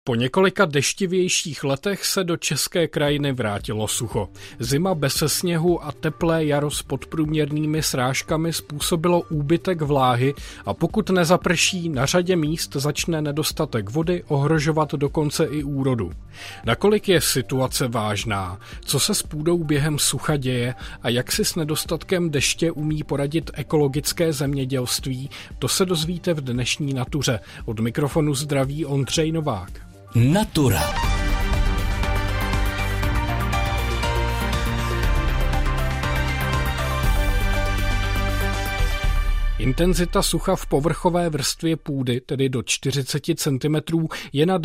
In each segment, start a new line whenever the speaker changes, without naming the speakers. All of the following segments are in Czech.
Po několika deštivějších letech se do české krajiny vrátilo sucho. Zima bez sněhu a teplé jaro s podprůměrnými srážkami způsobilo úbytek vláhy a pokud nezaprší, na řadě míst začne nedostatek vody ohrožovat dokonce i úrodu. Nakolik je situace vážná, co se s půdou během sucha děje a jak si s nedostatkem deště umí poradit ekologické zemědělství, to se dozvíte v dnešní Natuře. Od mikrofonu zdraví Ondřej Novák.
Natura.
Intenzita sucha v povrchové vrstvě půdy, tedy do 40 cm, je na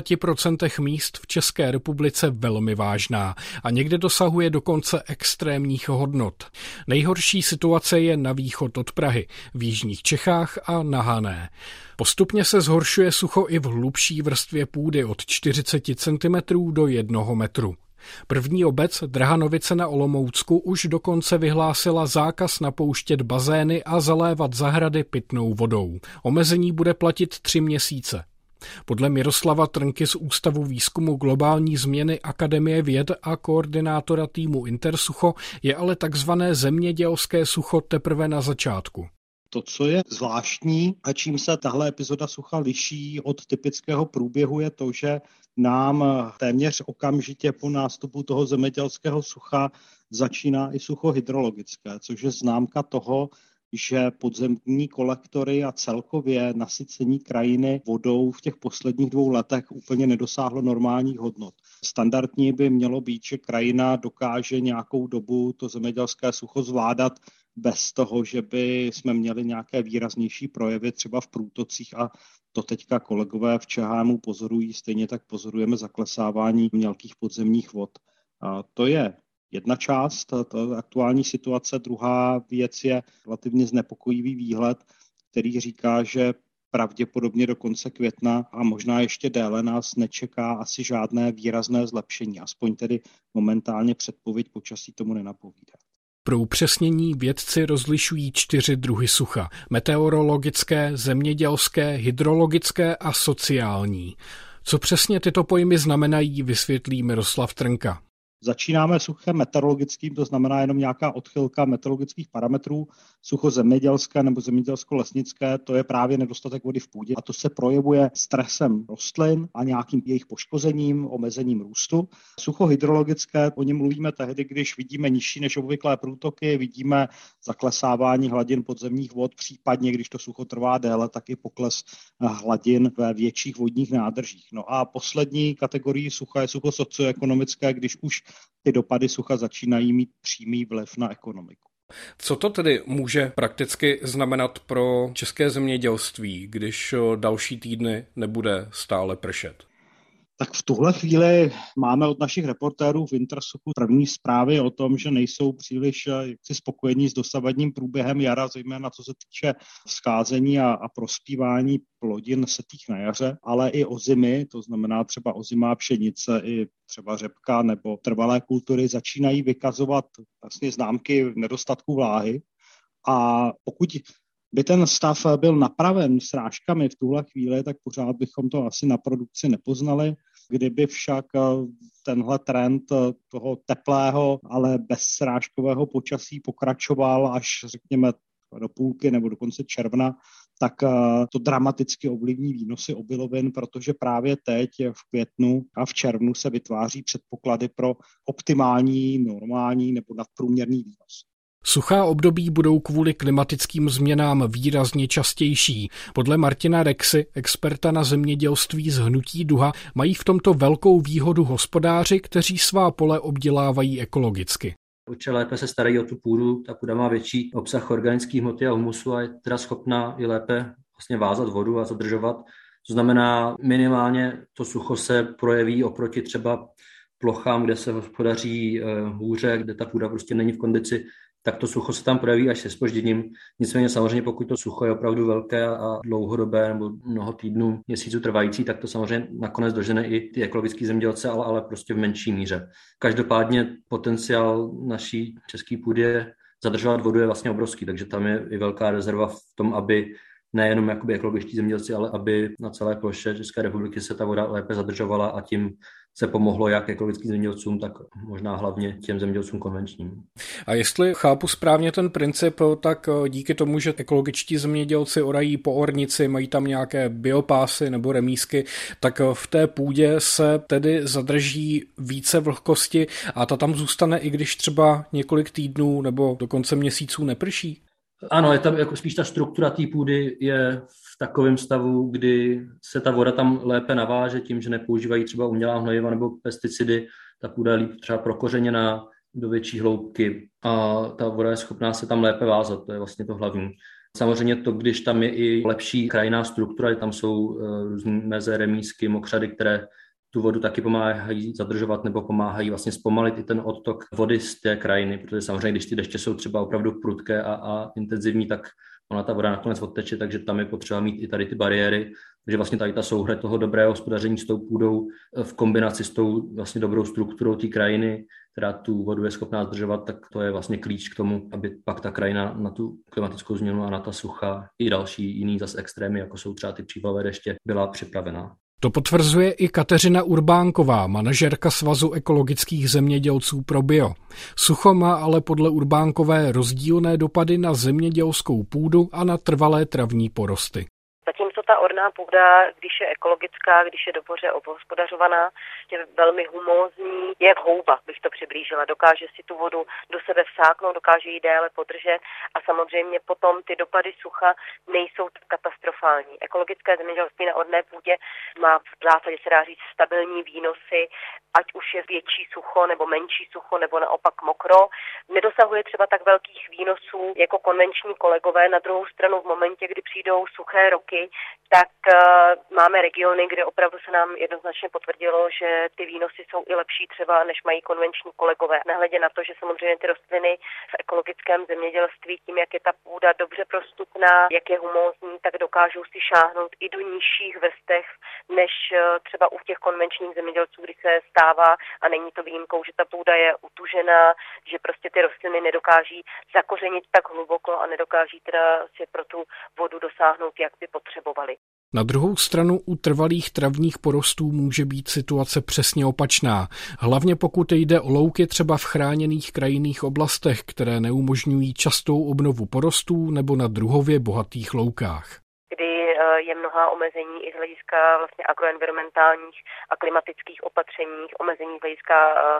90% míst v České republice velmi vážná a někde dosahuje dokonce extrémních hodnot. Nejhorší situace je na východ od Prahy, v jižních Čechách a na Hané. Postupně se zhoršuje sucho i v hlubší vrstvě půdy od 40 cm do 1 metru. První obec Drhanovice na Olomoucku už dokonce vyhlásila zákaz napouštět bazény a zalévat zahrady pitnou vodou. Omezení bude platit 3 měsíce. Podle Miroslava Trnky z Ústavu výzkumu globální změny Akademie věd a koordinátora týmu Intersucho je ale takzvané zemědělské sucho teprve na začátku.
To, co je zvláštní a čím se tahle epizoda sucha liší od typického průběhu, je to, že nám téměř okamžitě po nástupu toho zemědělského sucha začíná i sucho hydrologické, což je známka toho, že podzemní kolektory a celkově nasycení krajiny vodou v těch posledních 2 letech úplně nedosáhlo normálních hodnot. Standardní by mělo být, že krajina dokáže nějakou dobu to zemědělské sucho zvládat bez toho, že by jsme měli nějaké výraznější projevy třeba v průtocích a to teďka kolegové v Čehánu pozorují, stejně tak pozorujeme zaklesávání mělkých podzemních vod. A to je jedna část to aktuální situace. Druhá věc je relativně znepokojivý výhled, který říká, že pravděpodobně do konce května a možná ještě déle nás nečeká asi žádné výrazné zlepšení. Aspoň tedy momentálně předpověď počasí tomu nenapovídá.
Pro upřesnění vědci rozlišují 4 druhy sucha. Meteorologické, zemědělské, hydrologické a sociální. Co přesně tyto pojmy znamenají, vysvětlí Miroslav Trnka.
Začínáme suchem meteorologickým, to znamená jenom nějaká odchylka meteorologických parametrů. Sucho zemědělské nebo zemědělsko-lesnické, to je právě nedostatek vody v půdě a to se projevuje stresem rostlin a nějakým jejich poškozením, omezením růstu. Sucho hydrologické, o něm mluvíme tehdy, když vidíme nižší než obvyklé průtoky, vidíme zaklesávání hladin podzemních vod, případně když to sucho trvá déle, tak i pokles hladin ve větších vodních nádržích. No a poslední kategorii sucha je sucho socioekonomické, když už ty dopady sucha začínají mít přímý vliv na ekonomiku.
Co to tedy může prakticky znamenat pro české zemědělství, když další týdny nebude stále pršet?
Tak v tuhle chvíli máme od našich reportérů v Intersuchu první zprávy o tom, že nejsou příliš spokojení s dosavadním průběhem jara, zejména co se týče vzcházení a prospívání plodin setých na jaře, ale i ozimy, to znamená třeba ozimá pšenice, i třeba řepka nebo trvalé kultury začínají vykazovat vlastně známky nedostatku vláhy. A pokud by ten stav byl napraven srážkami v tuhle chvíli, tak pořád bychom to asi na produkci nepoznali. Kdyby však tenhle trend toho teplého, ale bezsrážkového počasí pokračoval až řekněme do půlky nebo do konce června, tak to dramaticky ovlivní výnosy obilovin, protože právě teď v květnu a v červnu se vytváří předpoklady pro optimální, normální nebo nadprůměrný výnos.
Suchá období budou kvůli klimatickým změnám výrazně častější. Podle Martina Rexy, experta na zemědělství z Hnutí Duha, mají v tomto velkou výhodu hospodáři, kteří svá pole obdělávají ekologicky.
Určitě lépe se starají o tu půdu, ta půda má větší obsah organických hmoty a humusu a je teda schopná i lépe vlastně vázat vodu a zadržovat. To znamená, minimálně to sucho se projeví oproti třeba plochám, kde se hospodaří hůře, kde ta půda prostě není v kondici, tak to sucho se tam projeví až se zpožděním. Nicméně samozřejmě, pokud to sucho je opravdu velké a dlouhodobé nebo mnoho týdnů, měsíců trvající, tak to samozřejmě nakonec dožene i ty ekologické zemědělce, ale prostě v menší míře. Každopádně potenciál naší české půdy zadržovat vodu je vlastně obrovský, takže tam je i velká rezerva v tom, aby nejenom jakoby ekologičtí zemědělci, ale aby na celé ploše České republiky se ta voda lépe zadržovala a tím se pomohlo jak ekologickým zemědělcům, tak možná hlavně těm zemědělcům konvenčním.
A jestli chápu správně ten princip, tak díky tomu, že ekologičtí zemědělci orají po ornici, mají tam nějaké biopásy nebo remísky, tak v té půdě se tedy zadrží více vlhkosti a ta tam zůstane, i když třeba několik týdnů nebo dokonce měsíců neprší?
Ano, je tam jako spíš ta struktura té půdy je v takovém stavu, kdy se ta voda tam lépe naváže tím, že nepoužívají třeba umělá hnojiva nebo pesticidy. Ta půda je líp třeba prokořeněná do větší hloubky a ta voda je schopná se tam lépe vázat, to je vlastně to hlavní. Samozřejmě to, když tam je i lepší krajinná struktura, tam jsou různé meze, remísky, mokřady, které tu vodu taky pomáhají zadržovat nebo pomáhají vlastně zpomalit i ten odtok vody z té krajiny, protože samozřejmě, když ty deště jsou třeba opravdu prudké a intenzivní, tak ona ta voda nakonec odteče, takže tam je potřeba mít i tady ty bariéry. Takže vlastně tady ta souhra toho dobrého hospodaření s tou půdou v kombinaci s tou vlastně dobrou strukturou té krajiny, která tu vodu je schopná zdržovat, tak to je vlastně klíč k tomu, aby pak ta krajina na tu klimatickou změnu a na ta sucha i další jiný zase extrémy, jako jsou třeba ty přívalové deště, byla připravená.
To potvrzuje i Kateřina Urbánková, manažerka Svazu ekologických zemědělců ProBio. Sucho má ale podle Urbánkové rozdílné dopady na zemědělskou půdu a na trvalé travní porosty.
Zatímco ta orná půda, když je ekologická, když je dobře obhospodařovaná, je velmi humózní, jak houba, bych to přiblížila. Dokáže si tu vodu do sebe vsáknout, dokáže ji déle podržet a samozřejmě potom ty dopady sucha nejsou tak katastrofální. Ekologické zemědělství na orné půdě má v zásadě se dá říct stabilní výnosy, ať už je větší sucho nebo menší sucho nebo naopak mokro. Nedosahuje třeba tak velkých výnosů jako konvenční kolegové. Na druhou stranu v momentě, kdy přijdou suché roky, tak máme regiony, kde opravdu se nám jednoznačně potvrdilo, že ty výnosy jsou i lepší třeba, než mají konvenční kolegové. Nehledě na to, že samozřejmě ty rostliny v ekologickém zemědělství, tím, jak je ta půda dobře prostupná, jak je humózní, tak dokážou si šáhnout i do nižších vrstev, než třeba u těch konvenčních zemědělců, kdy se stává, a není to výjimkou, že ta půda je utužená, že prostě ty rostliny nedokáží zakořenit tak hluboko a nedokáží teda si pro tu vodu dosáhnout, jak by potřebovali.
Na druhou stranu u trvalých travních porostů může být situace přesně opačná, hlavně pokud jde o louky třeba v chráněných krajinných oblastech, které neumožňují častou obnovu porostů nebo na druhově bohatých loukách.
Je mnoha omezení i z hlediska vlastně agroenvironmentálních a klimatických opatření, omezení z hlediska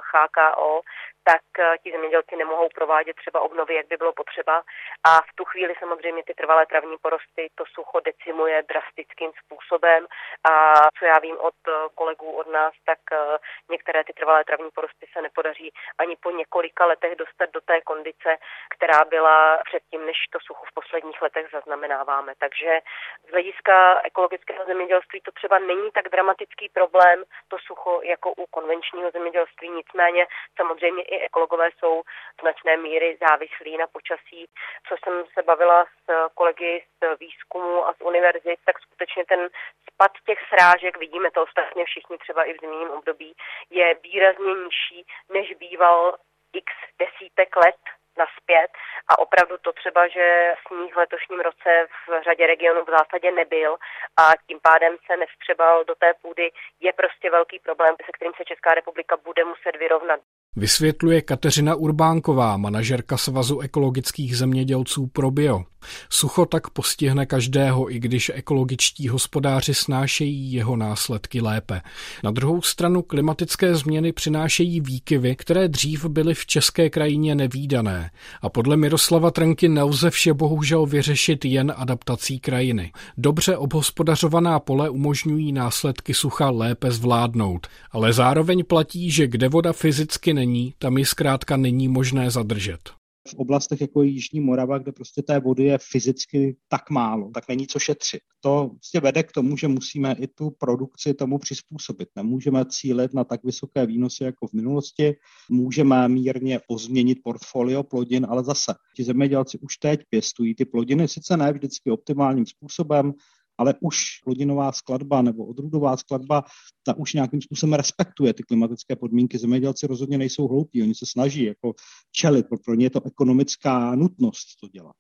HKO, tak ti zemědělci nemohou provádět třeba obnovy, jak by bylo potřeba. A v tu chvíli samozřejmě ty trvalé travní porosty to sucho decimuje drastickým způsobem. A co já vím od kolegů od nás, tak některé ty trvalé travní porosty se nepodaří ani po několika letech dostat do té kondice, která byla předtím, než to sucho v posledních letech zaznamenáváme. Takže z hlediska ekologického zemědělství to třeba není tak dramatický problém, to sucho jako u konvenčního zemědělství, nicméně samozřejmě i ekologové jsou v značné míry závislí na počasí. Co jsem se bavila s kolegy z výzkumu a z univerzit, tak skutečně ten spad těch srážek, vidíme to ostatně všichni třeba i v zimním období, je výrazně nižší, než býval x desítek let naspět a opravdu to třeba, že sníh v letošním roce v řadě regionů v zásadě nebyl a tím pádem se nevstřebal do té půdy, je prostě velký problém, se kterým se Česká republika bude muset vyrovnat.
Vysvětluje Kateřina Urbánková, manažerka Svazu ekologických zemědělců ProBio. Sucho tak postihne každého, i když ekologičtí hospodáři snášejí jeho následky lépe. Na druhou stranu klimatické změny přinášejí výkyvy, které dřív byly v české krajině nevídané. A podle Miroslava Trnky nelze vše bohužel vyřešit jen adaptací krajiny. Dobře obhospodařovaná pole umožňují následky sucha lépe zvládnout. Ale zároveň platí, že kde voda fyzicky není, tam ji zkrátka není možné zadržet.
V oblastech jako je Jižní Morava, kde prostě té vody je fyzicky tak málo, tak není co šetřit. To prostě vede k tomu, že musíme i tu produkci tomu přizpůsobit. Nemůžeme cílit na tak vysoké výnosy jako v minulosti, můžeme mírně pozměnit portfolio plodin, ale zase ti zemědělci už teď pěstují ty plodiny, sice ne vždycky optimálním způsobem, ale už plodinová skladba nebo odrůdová skladba, ta už nějakým způsobem respektuje ty klimatické podmínky. Zemědělci rozhodně nejsou hloupí, oni se snaží jako čelit, pro ně je to ekonomická nutnost to dělat.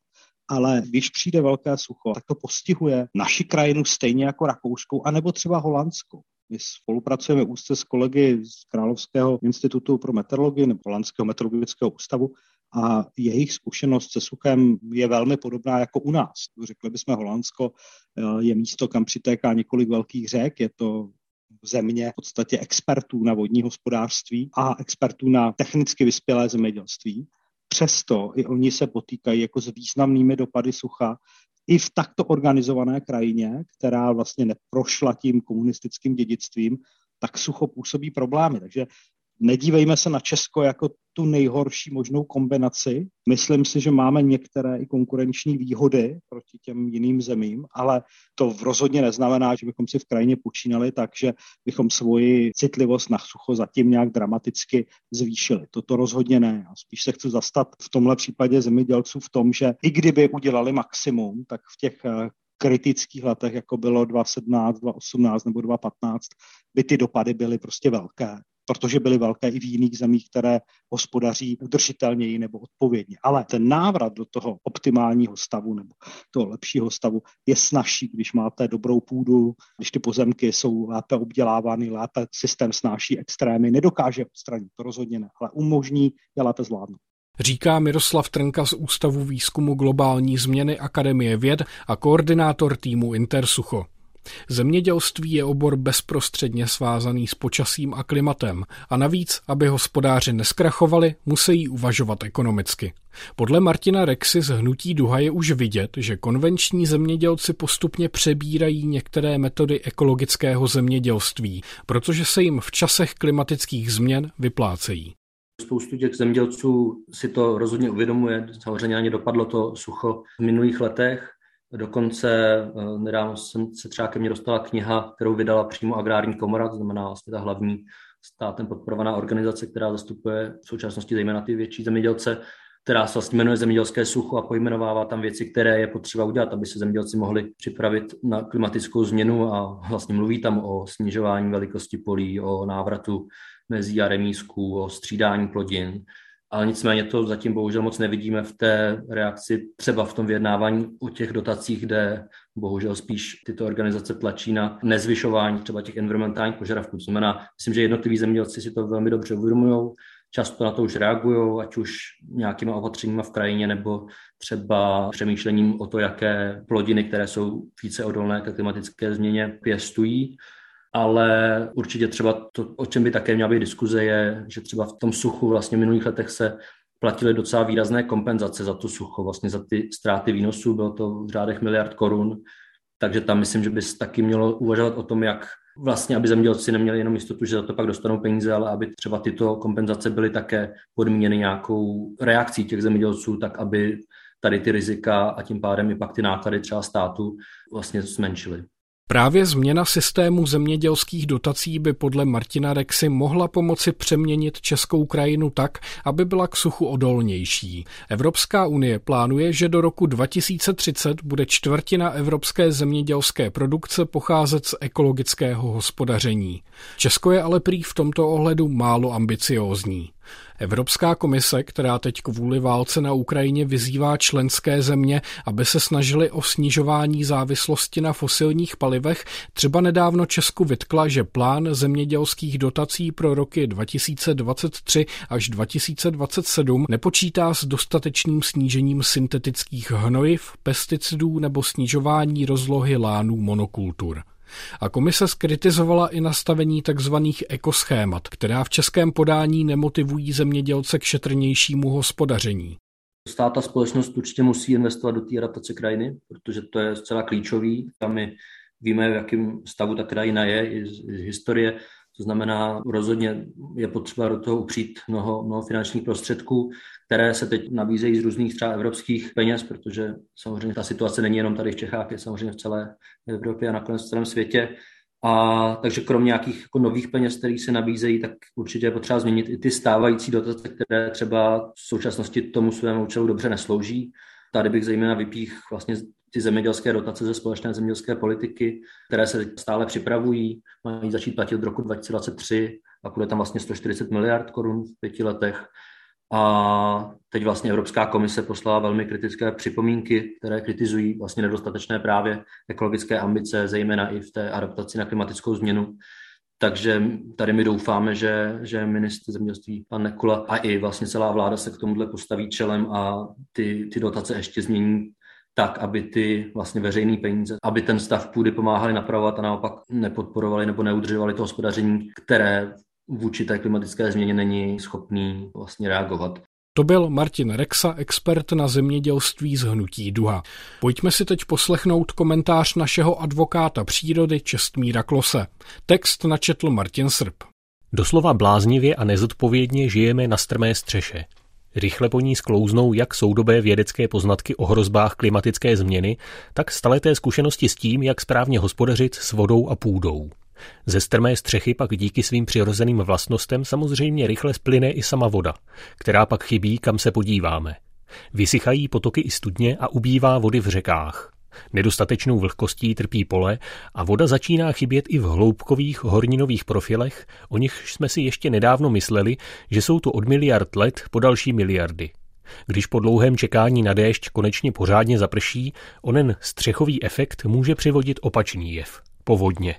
ale když přijde velké sucho, tak to postihuje naši krajinu stejně jako rakouskou, anebo třeba holandskou. My spolupracujeme úzce s kolegy z Královského institutu pro meteorologii nebo Holandského meteorologického ústavu a jejich zkušenost se suchem je velmi podobná jako u nás. Řekli bychom, Holandsko je místo, kam přitéká několik velkých řek, je to země v podstatě expertů na vodní hospodářství a expertů na technicky vyspělé zemědělství. Přesto i oni se potýkají jako s významnými dopady sucha i v takto organizované krajině, která vlastně neprošla tím komunistickým dědictvím, tak sucho působí problémy. Takže nedívejme se na Česko jako tu nejhorší možnou kombinaci. Myslím si, že máme některé i konkurenční výhody proti těm jiným zemím, ale to rozhodně neznamená, že bychom si v krajině počínali tak, že bychom svoji citlivost na sucho zatím nějak dramaticky zvýšili. To rozhodně ne. A spíš se chci zastat v tomhle případě zemědělců v tom, že i kdyby udělali maximum, tak v těch kritických letech, jako bylo 2017, 2018 nebo 2015, by ty dopady byly prostě velké, protože byly velké i v jiných zemích, které hospodaří udržitelněji nebo odpovědně. Ale ten návrat do toho optimálního stavu nebo toho lepšího stavu je snazší, když máte dobrou půdu, když ty pozemky jsou lépe obdělávány, lépe systém snáší extrémy, nedokáže odstranit, to rozhodně ne, ale umožní je lépe zvládnout.
Říká Miroslav Trnka z Ústavu výzkumu globální změny Akademie věd a koordinátor týmu Intersucho. Zemědělství je obor bezprostředně svázaný s počasím a klimatem a navíc, aby hospodáři neskrachovali, musí uvažovat ekonomicky. Podle Martina Rexy z Hnutí Duha je už vidět, že konvenční zemědělci postupně přebírají některé metody ekologického zemědělství, protože se jim v časech klimatických změn vyplácejí.
Spoustu těch zemědělců si to rozhodně uvědomuje. Samozřejmě ani dopadlo to sucho v minulých letech. Dokonce nedávno se třeba ke mně dostala kniha, kterou vydala přímo Agrární komora, to znamená vlastně ta hlavní státem podporovaná organizace, která zastupuje v současnosti zejména ty větší zemědělce, která se vlastně jmenuje Zemědělské sucho a pojmenovává tam věci, které je potřeba udělat, aby se zemědělci mohli připravit na klimatickou změnu a vlastně mluví tam o snižování velikosti polí, o návratu mezí a remízků, o střídání plodin. Ale nicméně to zatím bohužel moc nevidíme v té reakci, třeba v tom vyjednávání o těch dotacích, kde bohužel spíš tyto organizace tlačí na nezvyšování třeba těch environmentálních požadavků. To znamená, myslím, že jednotliví zemědělci si to velmi dobře uvědomují, často na to už reagují, ať už nějakýma opatřeníma v krajině, nebo třeba přemýšlením o to, jaké plodiny, které jsou více odolné k klimatické změně, pěstují. Ale určitě třeba to, o čem by také měla být diskuze, je, že třeba v tom suchu vlastně v minulých letech se platily docela výrazné kompenzace za to sucho, vlastně za ty ztráty výnosů, bylo to v řádech miliard korun, takže tam myslím, že by se taky mělo uvažovat o tom, jak vlastně, aby zemědělci neměli jenom jistotu, že za to pak dostanou peníze, ale aby třeba tyto kompenzace byly také podmíněny nějakou reakcí těch zemědělců, tak aby tady ty rizika a tím pádem i pak ty náklady třeba státu vlastně zmenšily.
Právě změna systému zemědělských dotací by podle Martina Rexy mohla pomoci přeměnit českou krajinu tak, aby byla k suchu odolnější. Evropská unie plánuje, že do roku 2030 bude čtvrtina evropské zemědělské produkce pocházet z ekologického hospodaření. Česko je ale prý v tomto ohledu málo ambiciózní. Evropská komise, která teď kvůli válce na Ukrajině vyzývá členské země, aby se snažili o snižování závislosti na fosilních palivech, třeba nedávno Česku vytkla, že plán zemědělských dotací pro roky 2023 až 2027 nepočítá s dostatečným snížením syntetických hnojiv, pesticidů nebo snižování rozlohy lánů monokultur. A komise zkritizovala i nastavení tzv. Ekoschémat, která v českém podání nemotivují zemědělce k šetrnějšímu hospodaření.
Stát a společnost určitě musí investovat do té adaptace krajiny, protože to je zcela klíčový. A my víme, v jakém stavu ta krajina je i z historie. To znamená, rozhodně je potřeba do toho upřít mnoho finančních prostředků, které se teď nabízejí z různých třeba evropských peněz, protože samozřejmě ta situace není jenom tady v Čechách, je samozřejmě v celé Evropě a nakonec v celém světě. A takže kromě nějakých jako nových peněz, které se nabízejí, tak určitě je potřeba změnit i ty stávající dotace, které třeba v současnosti tomu svému účelu dobře neslouží. Tady bych zejména vypíchl vlastně ty zemědělské dotace ze společné zemědělské politiky, které se stále připravují, mají začít platit od roku 2023 a bude tam vlastně 140 miliard korun v 5 letech. A teď vlastně Evropská komise poslala velmi kritické připomínky, které kritizují vlastně nedostatečné právě ekologické ambice, zejména i v té adaptaci na klimatickou změnu. Takže tady my doufáme, že ministr zemědělství pan Nekula a i vlastně celá vláda se k tomuhle postaví čelem a ty dotace ještě změní tak, aby ty vlastně veřejné peníze, aby ten stav půdy pomáhali napravovat a naopak nepodporovali nebo neudržovali to hospodaření, které vůči té klimatické změně není schopný vlastně reagovat.
To byl Martin Rexa, expert na zemědělství z hnutí Duha. Pojďme si teď poslechnout komentář našeho advokáta přírody Čestmíra Klose. Text načetl Martin Srb.
Doslova bláznivě a nezodpovědně žijeme na strmé střeše. Rychle po ní sklouznou jak soudobé vědecké poznatky o hrozbách klimatické změny, tak staleté zkušenosti s tím, jak správně hospodařit s vodou a půdou. Ze strmé střechy pak díky svým přirozeným vlastnostem samozřejmě rychle splyne i sama voda, která pak chybí, kam se podíváme. Vysychají potoky i studně a ubývá vody v řekách. Nedostatečnou vlhkostí trpí pole a voda začíná chybět i v hloubkových horninových profilech, o nichž jsme si ještě nedávno mysleli, že jsou tu od miliard let po další miliardy. Když po dlouhém čekání na déšť konečně pořádně zaprší, onen střechový efekt může přivodit opačný jev – povodně.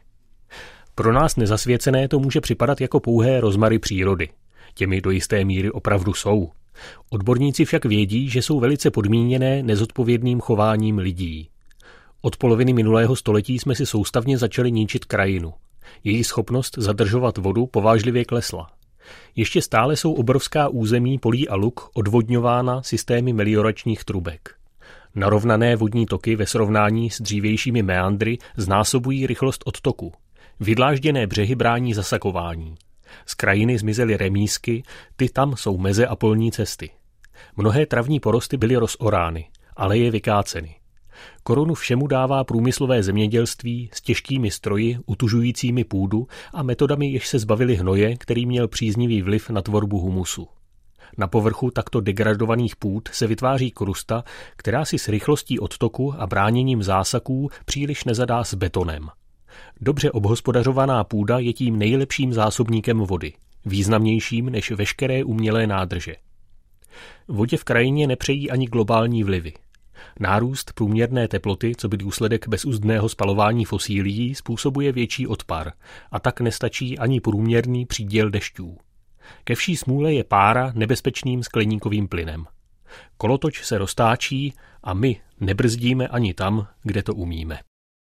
Pro nás nezasvěcené to může připadat jako pouhé rozmary přírody. Těmi do jisté míry opravdu jsou. Odborníci však vědí, že jsou velice podmíněné nezodpovědným chováním lidí. Od poloviny minulého století jsme si soustavně začali ničit krajinu. Její schopnost zadržovat vodu povážlivě klesla. Ještě stále jsou obrovská území polí a luk odvodňována systémy melioračních trubek. Narovnané vodní toky ve srovnání s dřívějšími meandry znásobují rychlost odtoku. Vydlážděné břehy brání zasakování. Z krajiny zmizely remísky, ty tam jsou meze a polní cesty. Mnohé travní porosty byly rozorány, ale je vykáceny. Korunu všemu dává průmyslové zemědělství s těžkými stroji, utužujícími půdu a metodami, jež se zbavili hnoje, který měl příznivý vliv na tvorbu humusu. Na povrchu takto degradovaných půd se vytváří krusta, která si s rychlostí odtoku a bráněním zásaků příliš nezadá s betonem. Dobře obhospodařovaná půda je tím nejlepším zásobníkem vody, významnějším než veškeré umělé nádrže. Vodě v krajině nepřejí ani globální vlivy. Nárůst průměrné teploty, co by důsledek bezúzdného spalování fosílií, způsobuje větší odpar a tak nestačí ani průměrný příděl dešťů. Ke vší smůle je pára nebezpečným skleníkovým plynem. Kolotoč se roztáčí a my nebrzdíme ani tam, kde to umíme.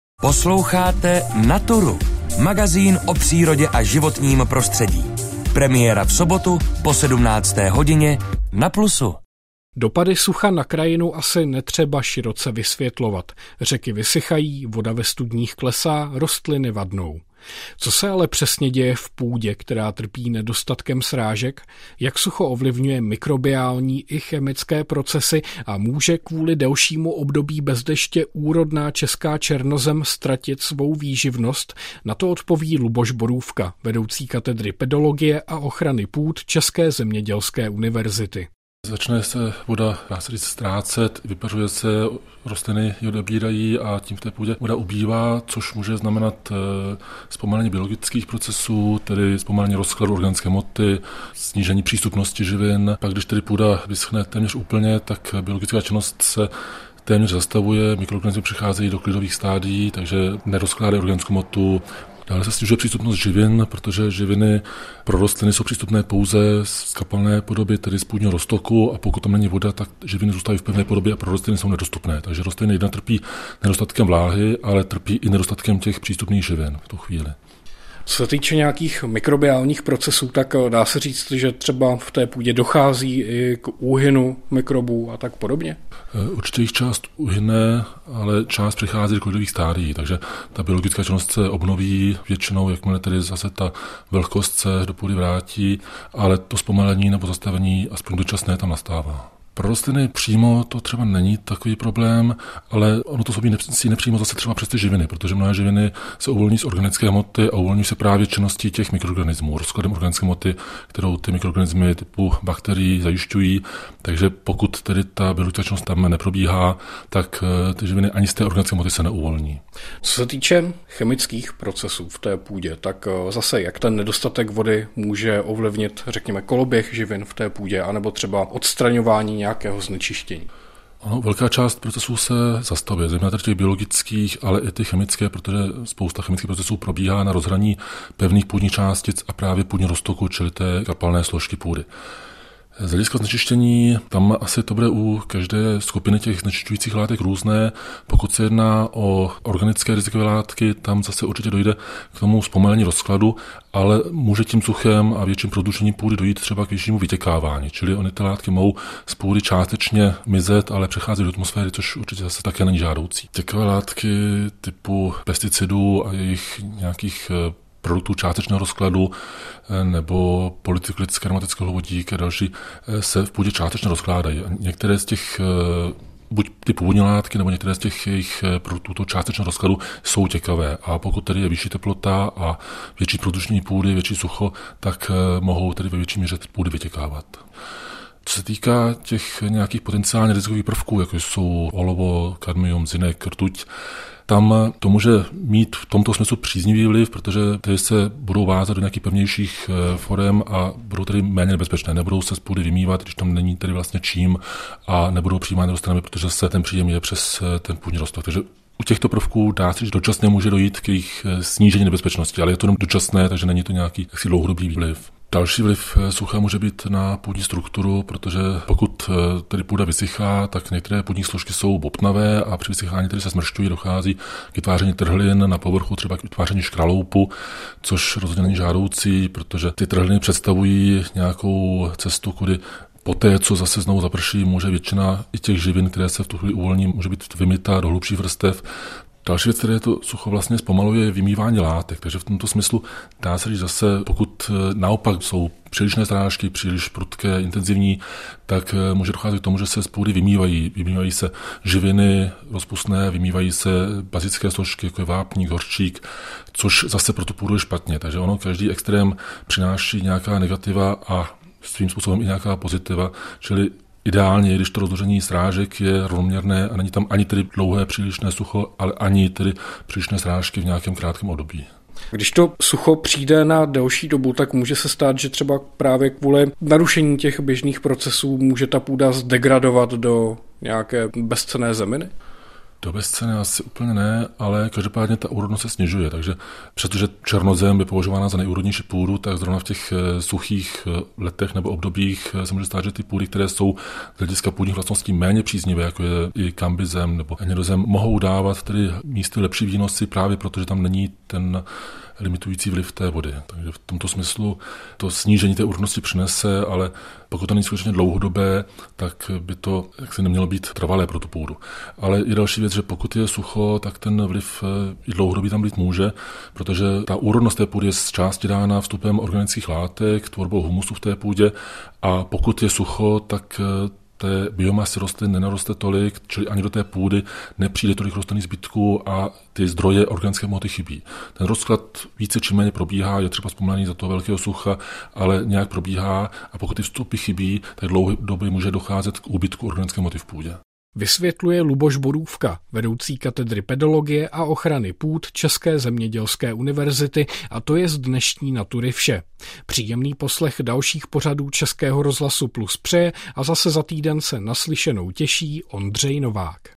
Posloucháte Naturu, magazín o přírodě a životním prostředí. Premiéra v sobotu po 17. hodině na Plusu.
Dopady sucha na krajinu asi netřeba široce vysvětlovat. Řeky vysychají, voda ve studních klesá, rostliny vadnou. Co se ale přesně děje v půdě, která trpí nedostatkem srážek? Jak sucho ovlivňuje mikrobiální i chemické procesy a může kvůli delšímu období bez deště úrodná česká černozem ztratit svou výživnost? Na to odpoví Luboš Borůvka, vedoucí katedry pedologie a ochrany půd České zemědělské univerzity.
Začne se voda, dá se říct, ztrácet, vypařuje se, rostliny ji odebírají a tím v té půdě voda ubývá, což může znamenat zpomalení biologických procesů, tedy zpomalení rozkladu organické hmoty, snížení přístupnosti živin. Pak když tedy půda vyschne téměř úplně, tak biologická činnost se téměř zastavuje, mikroorganismy přicházejí do klidových stádií, takže nerozkládají organickou hmotu. Dále se snižuje přístupnost živin, protože živiny pro rostliny jsou přístupné pouze z kapalné podoby, tedy z půdního roztoku, a pokud tam není voda, tak živiny zůstávají v pevné podobě a pro rostliny jsou nedostupné. Takže rostliny jedna trpí nedostatkem vláhy, ale trpí i nedostatkem těch přístupných živin v tu chvíli.
Co se týče nějakých mikrobiálních procesů, tak dá se říct, že třeba v té půdě dochází i k úhynu mikrobů a tak podobně?
Určitě jich část uhyne, ale část přichází do klidových stádií, takže ta biologická činnost se obnoví většinou, jakmile tedy zase ta vlhkost se do půdy vrátí, ale to zpomalení nebo zastavení aspoň dočasné tam nastává. Pro rostliny přímo to třeba není takový problém, ale ono to souvisí nepřímo zase třeba přes ty živiny, protože mnohé živiny se uvolní z organické hmoty a uvolní se právě činností těch mikroorganismů, rozkladem organické hmoty, kterou ty mikroorganismy typu bakterií zajišťují. Takže pokud tedy ta biologická činnost tam neprobíhá, tak ty živiny ani z té organické hmoty se neuvolní.
Co se týče chemických procesů v té půdě, tak zase jak ten nedostatek vody může ovlivnit, řekněme, koloběh živin v té půdě, anebo třeba odstraňování nějakého znečištění?
Ano, velká část procesů se zastavuje, zejména těch biologických, ale i ty chemické, protože spousta chemických procesů probíhá na rozhraní pevných půdních částic a právě půdního roztoku, čili té kapalné složky půdy. Z hlediska znečištění, tam asi to bude u každé skupiny těch znečišťujících látek různé. Pokud se jedná o organické rizikové látky, tam zase určitě dojde k tomu zpomalení rozkladu, ale může tím suchem a větším produčením půdy dojít třeba k většímu vytěkávání. Čili ony ty látky mohou z půdy částečně mizet, ale přechází do atmosféry, což určitě zase také není žádoucí. Těkové látky typu pesticidů a jejich nějakých produktů částečného rozkladu nebo polycyklické aromatické vodíky a další se v půdě částečně rozkládají. Některé z těch buď ty původní látky nebo některé z těch jejich produktů částečného rozkladu jsou těkavé. A pokud tedy je vyšší teplota a větší produční půdy, větší sucho, tak mohou tedy ve větší míře půdy vytěkávat. Co se týká těch nějakých potenciálně rizikových prvků, jako jsou olovo, kadmium, zinek, rtuť, tam to může mít v tomto smyslu příznivý vliv, protože ty se budou vázat do nějakých pevnějších forem a budou tedy méně nebezpečné. Nebudou se z půdy vymývat, když tam není tedy vlastně čím a nebudou přijímány rostlinami, protože se ten příjem je přes ten půdní roztok. Takže u těchto prvků dá se, že dočasně může dojít k jejich snížení nebezpečnosti, ale je to jenom dočasné, takže není to nějaký dlouhodobý vliv. Další vliv sucha může být na půdní strukturu, protože pokud tedy půda vysychá, tak některé půdní složky jsou bobtnavé a při vysychání tedy se smršťují, dochází k vytváření trhlin na povrchu, třeba k vytváření škraloupu, což rozhodně není žádoucí, protože ty trhliny představují nějakou cestu, kudy poté, co zase znovu zaprší, může většina i těch živin, které se v tu chvíli uvolní, může být vymytá do hlubších vrstev. Další věc, které to sucho vlastně zpomaluje, je vymývání látek. Takže v tomto smyslu dá se říct zase, pokud naopak jsou přílišné srážky, příliš prudké, intenzivní, tak může docházet k tomu, že se z půdy vymývají. Vymývají se živiny rozpustné, vymývají se bazické složky, jako je vápník, hořčík, což zase pro tu půdu je špatně. Takže ono, každý extrém přináší nějaká negativa a svým způsobem i nějaká pozitiva, čili ideálně, když to rozložení srážek je rovnoměrné a není tam ani tedy dlouhé přílišné sucho, ale ani tedy přílišné srážky v nějakém krátkém období.
Když to sucho přijde na delší dobu, tak může se stát, že třeba právě kvůli narušení těch běžných procesů může ta půda zdegradovat do nějaké bezcenné zeminy?
Do bezcenné asi úplně ne, ale každopádně ta úrodnost se snižuje, takže přestože černozem je považována za nejúrodnější půdu, tak zrovna v těch suchých letech nebo obdobích se může stát, že ty půdy, které jsou z hlediska půdních vlastností méně příznivé, jako je i kambizem nebo hnědozem, mohou dávat tedy místy lepší výnosy právě proto, že tam není ten limitující vliv té vody. Takže v tomto smyslu to snížení té úrodnosti přinese, ale pokud to není skutečně dlouhodobé, tak by to jaksi nemělo být trvalé pro tu půdu. Ale je další věc, že pokud je sucho, tak ten vliv i dlouhodobý tam být může, protože ta úrodnost té půdy je z části dána vstupem organických látek, tvorbou humusu v té půdě a pokud je sucho, tak té biomasy rostlin nenaroste tolik, čili ani do té půdy nepřijde tolik rostlinných zbytků a ty zdroje organické hmoty chybí. Ten rozklad více či méně probíhá, je třeba zpomalení za toho velkého sucha, ale nějak probíhá a pokud ty vstupy chybí, tak dlouhodobě může docházet k úbytku organické hmoty v půdě.
Vysvětluje Luboš Borůvka, vedoucí katedry pedologie a ochrany půd České zemědělské univerzity, a to je z dnešní Natury vše. Příjemný poslech dalších pořadů Českého rozhlasu Plus přeje a zase za týden se naslyšenou těší Ondřej Novák.